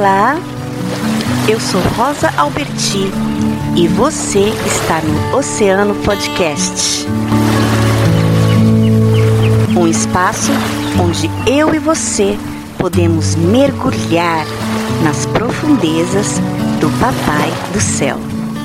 Olá, eu sou Rosa Alberti e você está no Oceano Podcast. Um espaço onde eu e você podemos mergulhar nas profundezas do Papai do Céu.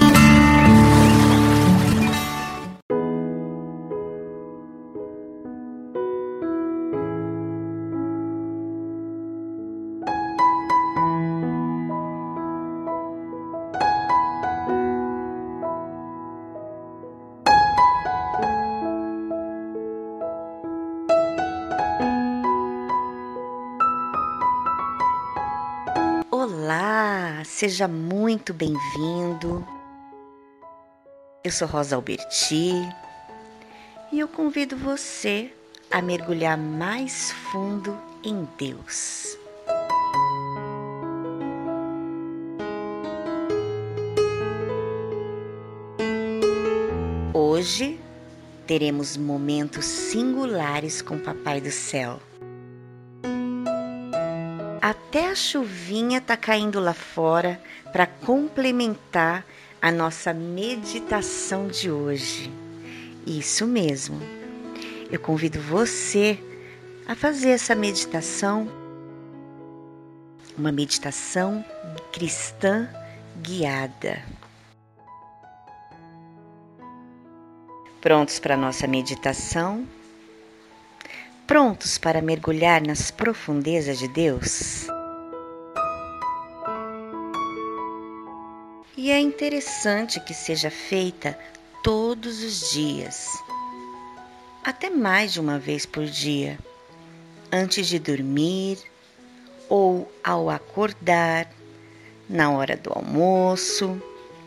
Olá, seja muito bem-vindo. Eu sou Rosa Alberti e eu convido você a mergulhar mais fundo em Deus. Hoje teremos momentos singulares com o Papai do Céu. Até a chuvinha tá caindo lá fora para complementar a nossa meditação de hoje. Isso mesmo. Eu convido você a fazer essa meditação, uma meditação cristã guiada. Prontos para a nossa meditação? Prontos para mergulhar nas profundezas de Deus? E é interessante que seja feita todos os dias, até mais de uma vez por dia, antes de dormir ou ao acordar, na hora do almoço.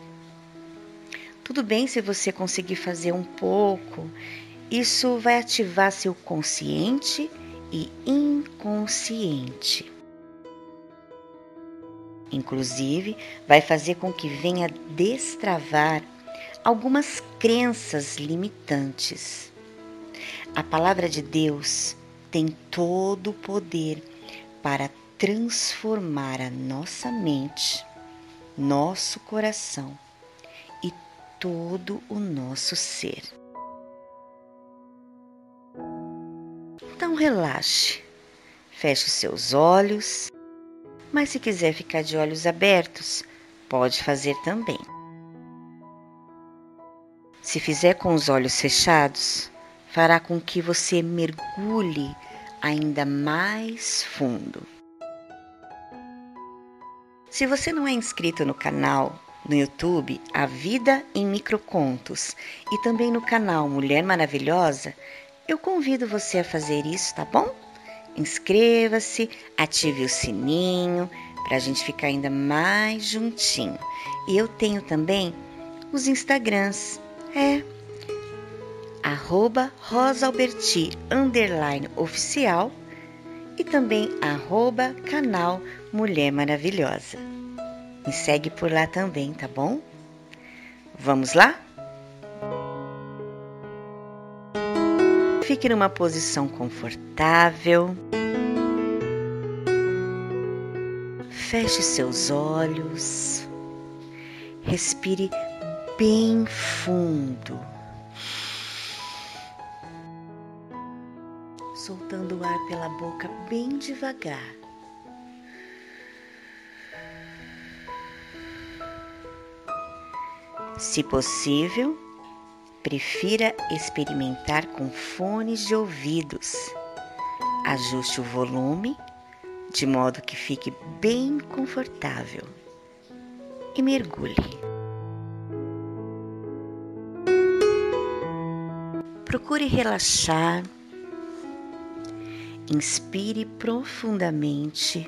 Tudo bem se você conseguir fazer um pouco. Isso vai ativar seu consciente e inconsciente. Inclusive, vai fazer com que venha destravar algumas crenças limitantes. A palavra de Deus tem todo o poder para transformar a nossa mente, nosso coração e todo o nosso ser. Então relaxe, feche os seus olhos, mas se quiser ficar de olhos abertos, pode fazer também. Se fizer com os olhos fechados, fará com que você mergulhe ainda mais fundo. Se você não é inscrito no canal no YouTube A Vida em Microcontos e também no canal Mulher Maravilhosa, eu convido você a fazer isso, tá bom? Inscreva-se, ative o sininho para a gente ficar ainda mais juntinho. E eu tenho também os Instagrams, @RosaAlberti _oficial e também @canal Mulher Maravilhosa. Me segue por lá também, tá bom? Vamos lá? Fique numa posição confortável. Feche seus olhos. Respire bem fundo. Soltando o ar pela boca bem devagar. Se possível, prefira experimentar com fones de ouvidos. Ajuste o volume de modo que fique bem confortável e mergulhe. Procure relaxar. Inspire profundamente.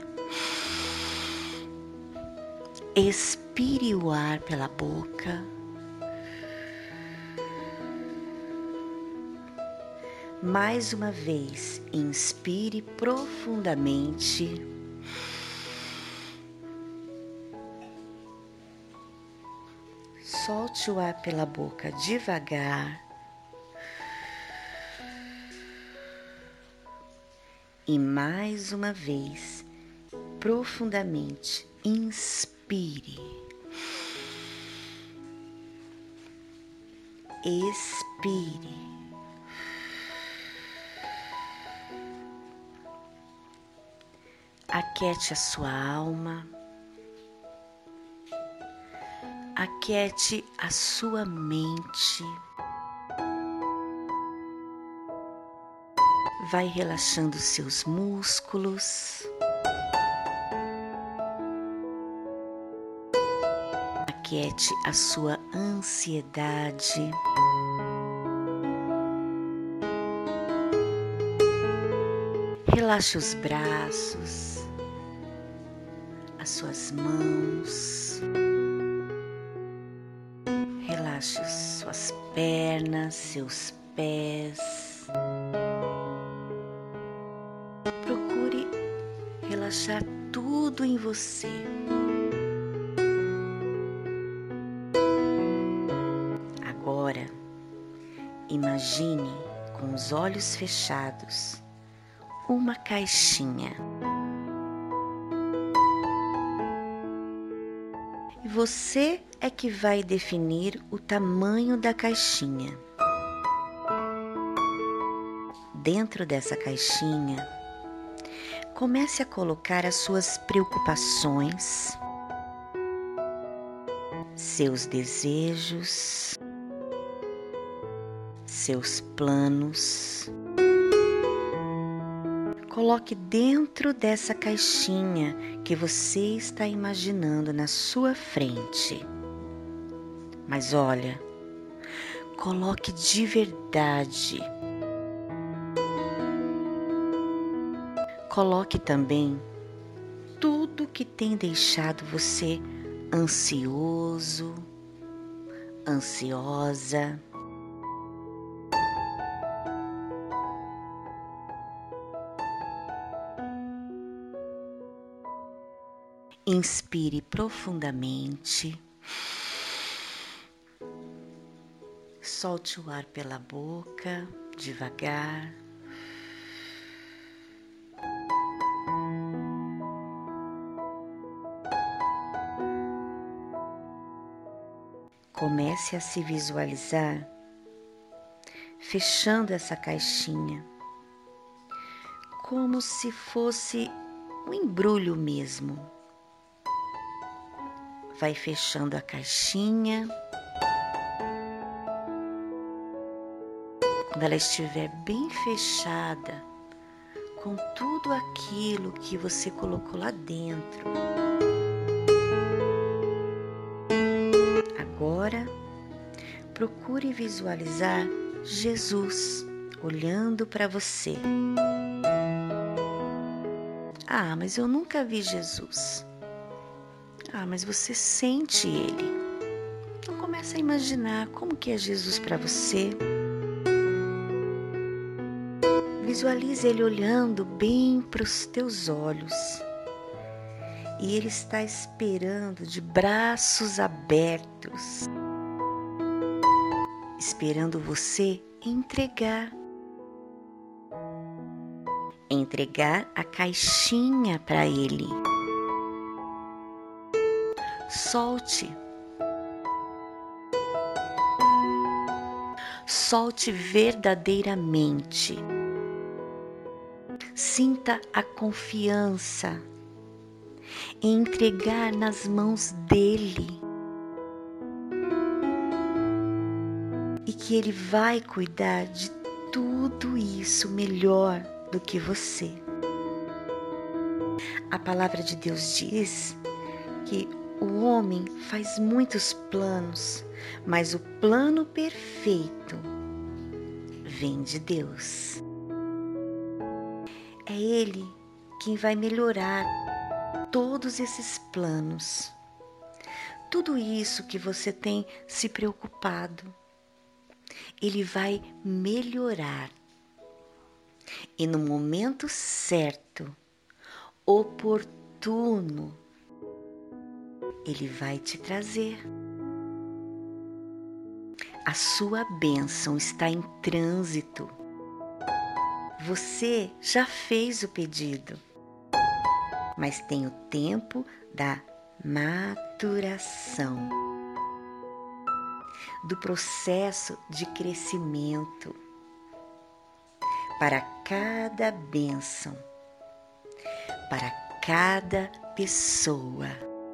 Expire o ar pela boca. Mais uma vez, inspire profundamente. Solte o ar pela boca devagar. E mais uma vez, profundamente, Inspire. Expire. Aquiete a sua alma. Aquiete a sua mente. Vai relaxando seus músculos. Aquiete a sua ansiedade. Relaxe os braços, as suas mãos. Relaxe suas pernas, seus pés. Procure relaxar tudo em você. Agora, imagine com os olhos fechados uma caixinha. E você é que vai definir o tamanho da caixinha. Dentro dessa caixinha, comece a colocar as suas preocupações, seus desejos, seus planos. Coloque dentro dessa caixinha que você está imaginando na sua frente. Mas olha, coloque de verdade. Coloque também tudo que tem deixado você ansioso, ansiosa. Inspire profundamente. Solte o ar pela boca, devagar. Comece a se visualizar fechando essa caixinha, como se fosse um embrulho mesmo. Vai fechando a caixinha. Quando ela estiver bem fechada, com tudo aquilo que você colocou lá dentro, agora procure visualizar Jesus olhando para você. Ah, mas eu nunca vi Jesus. Ah, mas você sente Ele. Então começa a imaginar como que é Jesus para você. Visualize Ele olhando bem para os teus olhos. E Ele está esperando de braços abertos. Esperando você entregar. Entregar a caixinha para Ele. Solte. Solte verdadeiramente. Sinta a confiança em entregar nas mãos dele. E que ele vai cuidar de tudo isso melhor do que você. A palavra de Deus diz que o homem faz muitos planos, mas o plano perfeito vem de Deus. É Ele quem vai melhorar todos esses planos. Tudo isso que você tem se preocupado, Ele vai melhorar. E no momento certo, oportuno, Ele vai te trazer. A sua bênção está em trânsito. Você já fez o pedido, mas tem o tempo da maturação, do processo de crescimento para cada bênção, para cada pessoa.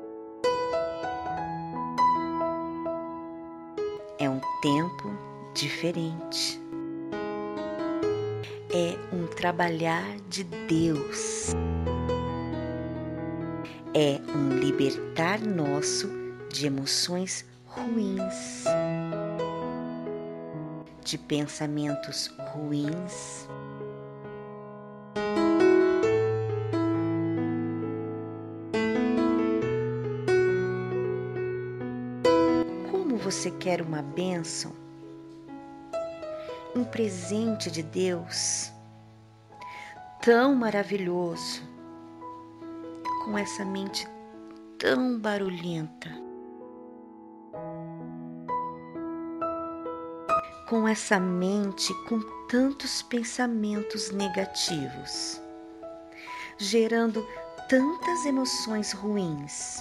É um tempo diferente. É um trabalhar de Deus. É um libertar nosso de emoções ruins, de pensamentos ruins, como você quer uma bênção, um presente de Deus tão maravilhoso, com essa mente tão barulhenta, com essa mente com tantos pensamentos negativos, gerando tantas emoções ruins,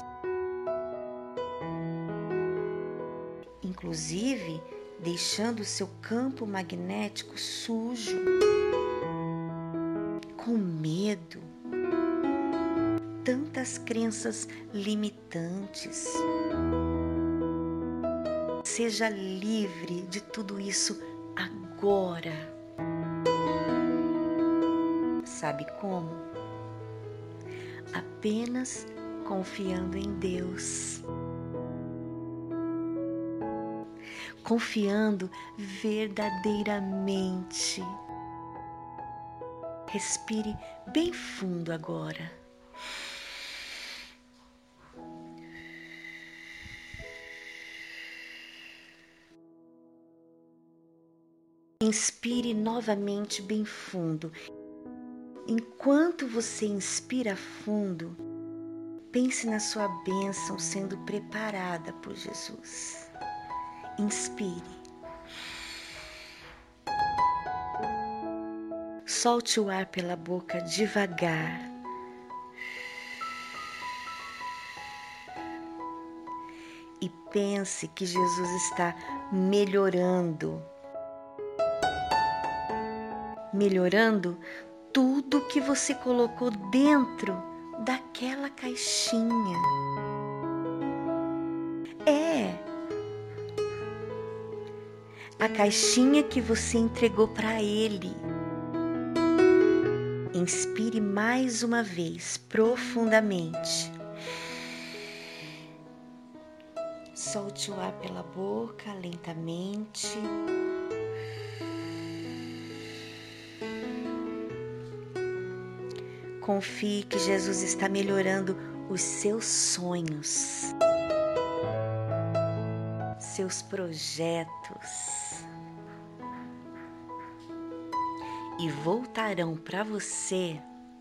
inclusive deixando seu campo magnético sujo, com medo, tantas crenças limitantes. Seja livre de tudo isso agora. Sabe como? Apenas confiando em Deus. Confiando verdadeiramente. Respire bem fundo agora. Inspire novamente bem fundo. Enquanto você inspira fundo, pense na sua bênção sendo preparada por Jesus. Inspire. Solte o ar pela boca devagar. E pense que Jesus está melhorando tudo que você colocou dentro daquela caixinha. É a caixinha que você entregou para Ele. Inspire mais uma vez, profundamente. Solte o ar pela boca lentamente. Confie que Jesus está melhorando os seus sonhos, seus projetos, e voltarão para você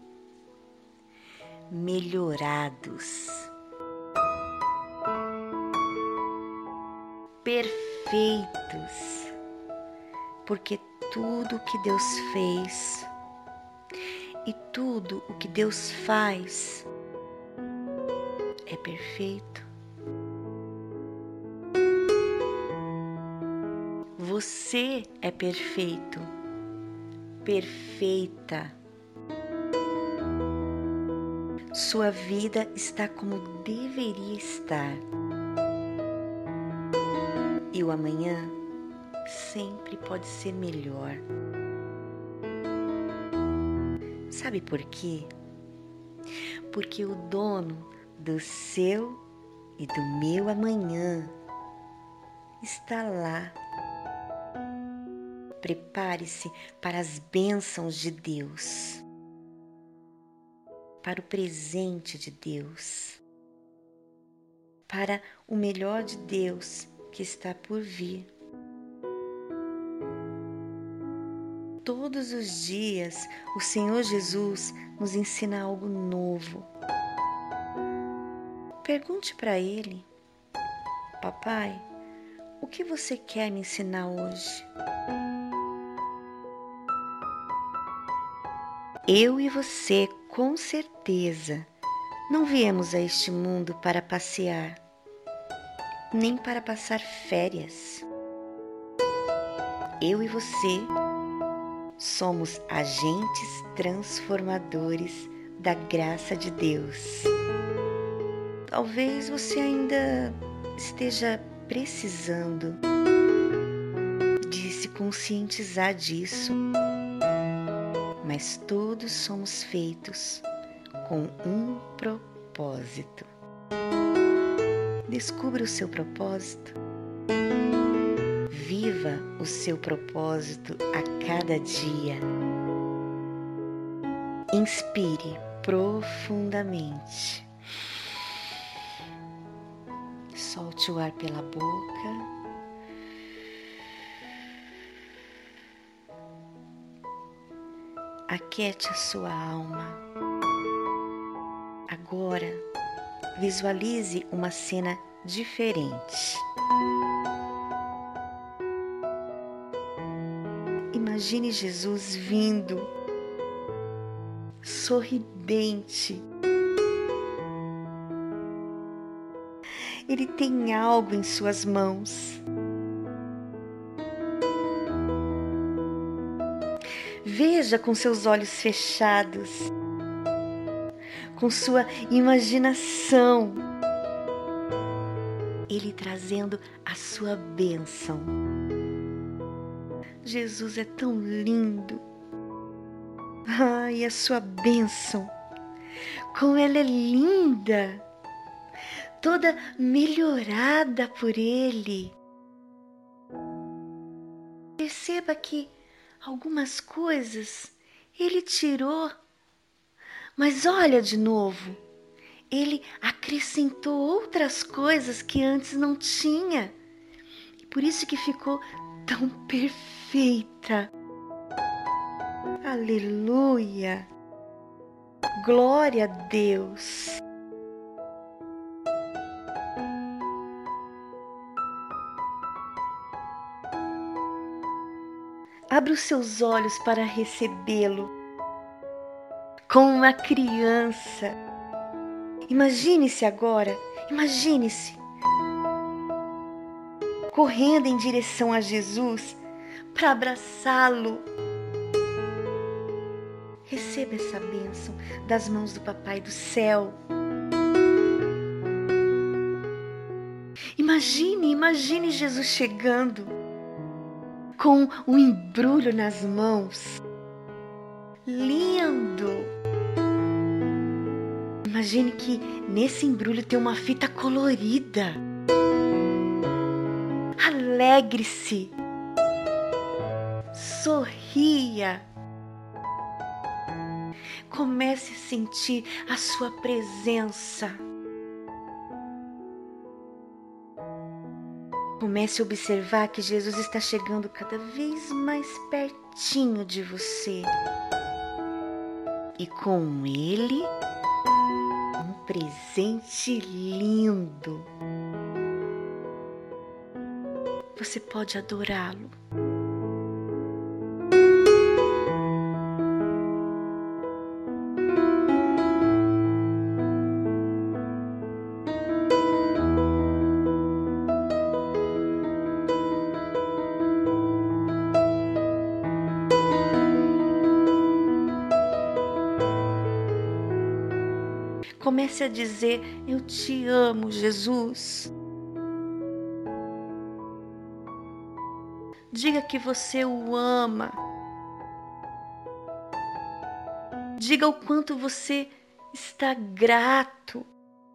melhorados, perfeitos, porque tudo o que Deus fez e tudo o que Deus faz é perfeito. Você é perfeito, perfeita. Sua vida está como deveria estar. E o amanhã sempre pode ser melhor. Sabe por quê? Porque o dono do seu e do meu amanhã está lá. Prepare-se para as bênçãos de Deus, para o presente de Deus, para o melhor de Deus que está por vir. Todos os dias, o Senhor Jesus nos ensina algo novo. Pergunte para Ele: Papai, o que você quer me ensinar hoje? Eu e você, com certeza, Não viemos a este mundo para passear, nem para passar férias. Eu e você somos agentes transformadores da graça de Deus. Talvez você ainda esteja precisando de se conscientizar disso, mas todos somos feitos com um propósito. Descubra o seu propósito. Viva o seu propósito a cada dia. Inspire profundamente. Solte o ar pela boca. Aquiete a sua alma. Agora, visualize uma cena diferente. Imagine Jesus vindo, sorridente. Ele tem algo em suas mãos. Veja com seus olhos fechados, com sua imaginação, Ele trazendo a sua bênção. Jesus é tão lindo. Ai, a sua bênção, como ela é linda, toda melhorada por Ele. Perceba que algumas coisas Ele tirou, mas olha de novo, Ele acrescentou outras coisas que antes não tinha, e por isso que ficou tão perfeita. Aleluia! Glória a Deus! Abra os seus olhos para recebê-lo como uma criança. Imagine-se agora, imagine-se correndo em direção a Jesus para abraçá-lo. Receba essa bênção das mãos do Papai do Céu. Imagine Jesus chegando com um embrulho nas mãos. Lindo! Imagine que nesse embrulho tem uma fita colorida. Alegre-se. Sorria. Comece a sentir a sua presença. Comece a observar que Jesus está chegando cada vez mais pertinho de você. E com Ele, um presente lindo. Você pode adorá-lo. Comece a dizer: eu te amo, Jesus. Diga que você o ama. Diga o quanto você está grato.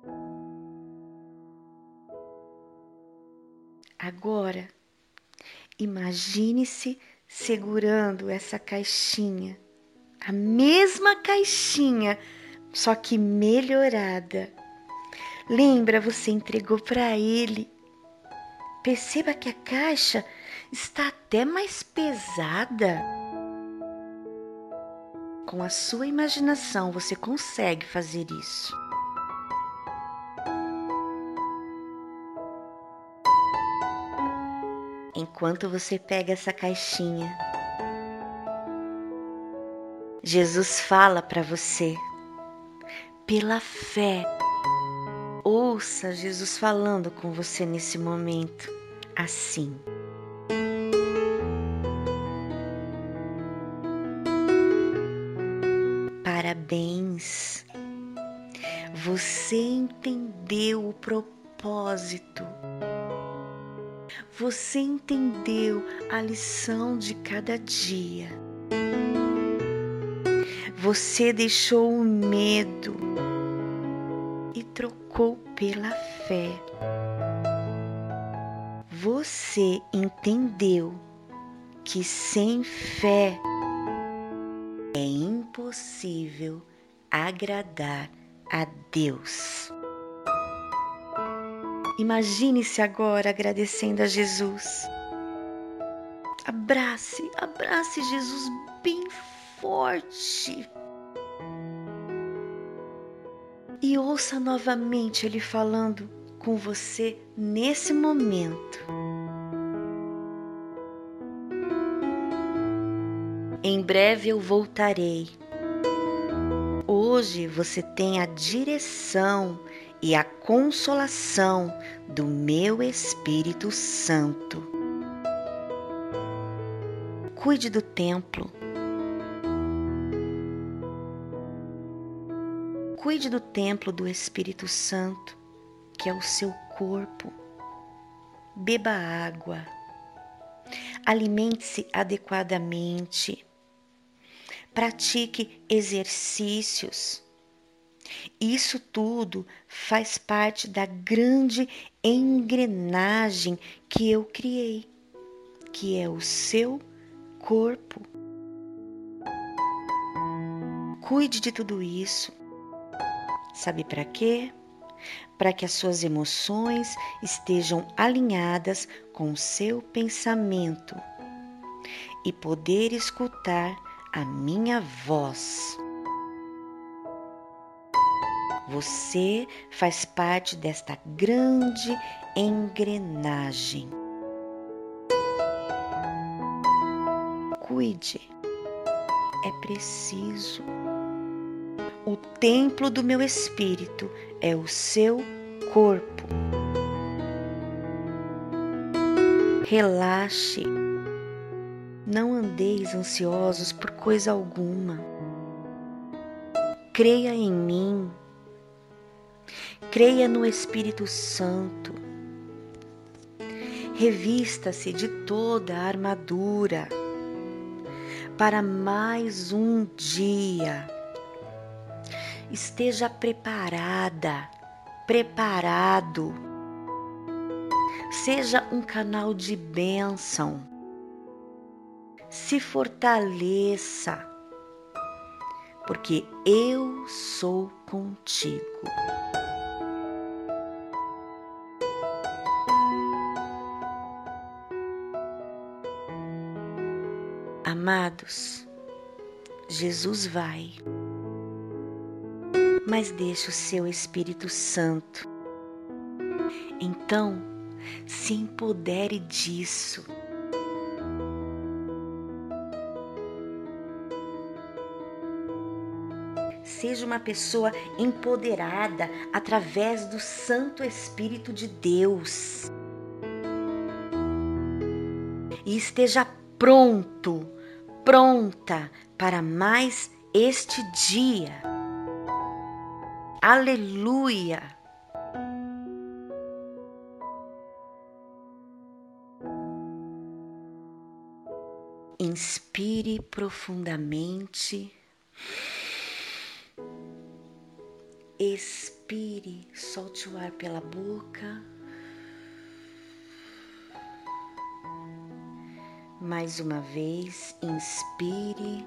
Agora, imagine-se segurando essa caixinha, a mesma caixinha, só que melhorada. Lembra, você entregou para Ele. Perceba que a caixa está até mais pesada. Com a sua imaginação, você consegue fazer isso. Enquanto você pega essa caixinha, Jesus fala para você: pela fé. Ouça Jesus falando com você nesse momento, assim. Parabéns! Você entendeu o propósito. Você entendeu a lição de cada dia. Você deixou o medo e trocou pela fé. Você entendeu que sem fé é impossível agradar a Deus. Imagine-se agora agradecendo a Jesus. Abrace Jesus bem forte. E ouça novamente Ele falando com você nesse momento. Em breve eu voltarei. Hoje você tem a direção e a consolação do meu Espírito Santo. Cuide do templo. Cuide do templo do Espírito Santo, que é o seu corpo. Beba água. Alimente-se adequadamente. Pratique exercícios. Isso tudo faz parte da grande engrenagem que eu criei, que é o seu corpo. Cuide de tudo isso. Sabe para quê? Para que as suas emoções estejam alinhadas com o seu pensamento e poder escutar a minha voz. Você faz parte desta grande engrenagem. Cuide, é preciso. O templo do meu espírito é o seu corpo. Relaxe. Não andeis ansiosos por coisa alguma. Creia em mim. Creia no Espírito Santo. Revista-se de toda a armadura para mais um dia. Esteja preparada, preparado. Seja um canal de bênção. Se fortaleça, porque eu sou contigo. Amados, Jesus vai, mas deixa o seu Espírito Santo. Então, se empodere disso. Seja uma pessoa empoderada através do Santo Espírito de Deus. E esteja pronto, pronta para mais este dia. Aleluia! Inspire profundamente. Expire, solte o ar pela boca. Mais uma vez, inspire.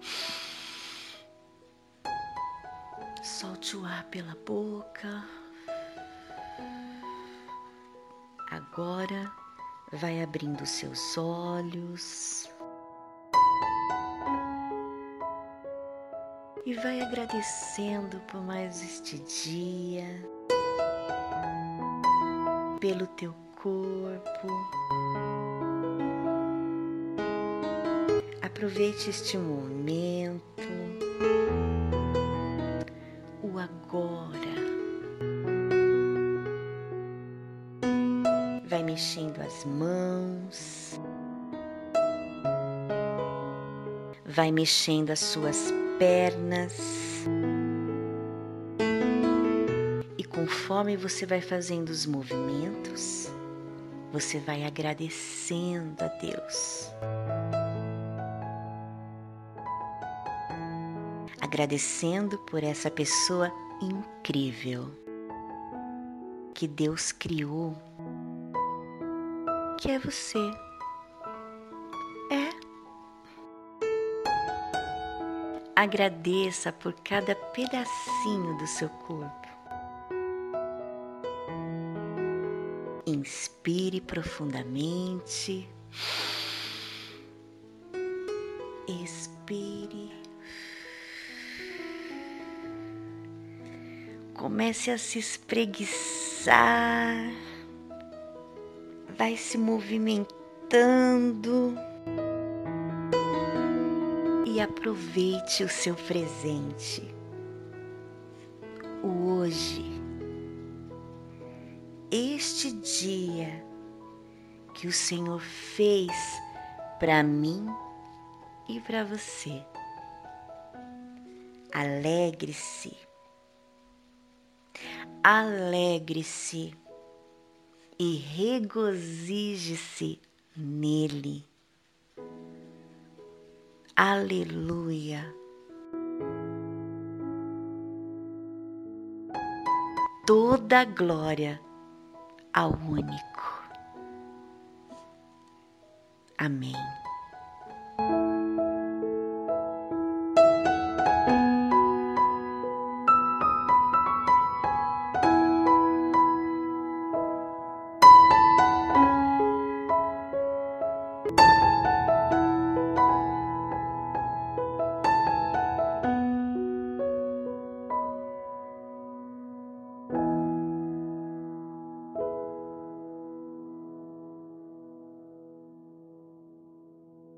Solte o ar pela boca. Agora, vai abrindo seus olhos. E vai agradecendo por mais este dia, pelo teu corpo. Aproveite este momento. O agora. Vai mexendo as mãos, vai mexendo as suas pernas. E conforme você vai fazendo os movimentos, você vai agradecendo a Deus. Agradecendo por essa pessoa incrível que Deus criou, que é você. Agradeça por cada pedacinho do seu corpo. Inspire profundamente. Expire. Comece a se espreguiçar. Vai se movimentando. E aproveite o seu presente. O hoje. Este dia que o Senhor fez para mim e para você. Alegre-se. Alegre-se e regozije-se nele. Aleluia! Toda glória ao único. Amém.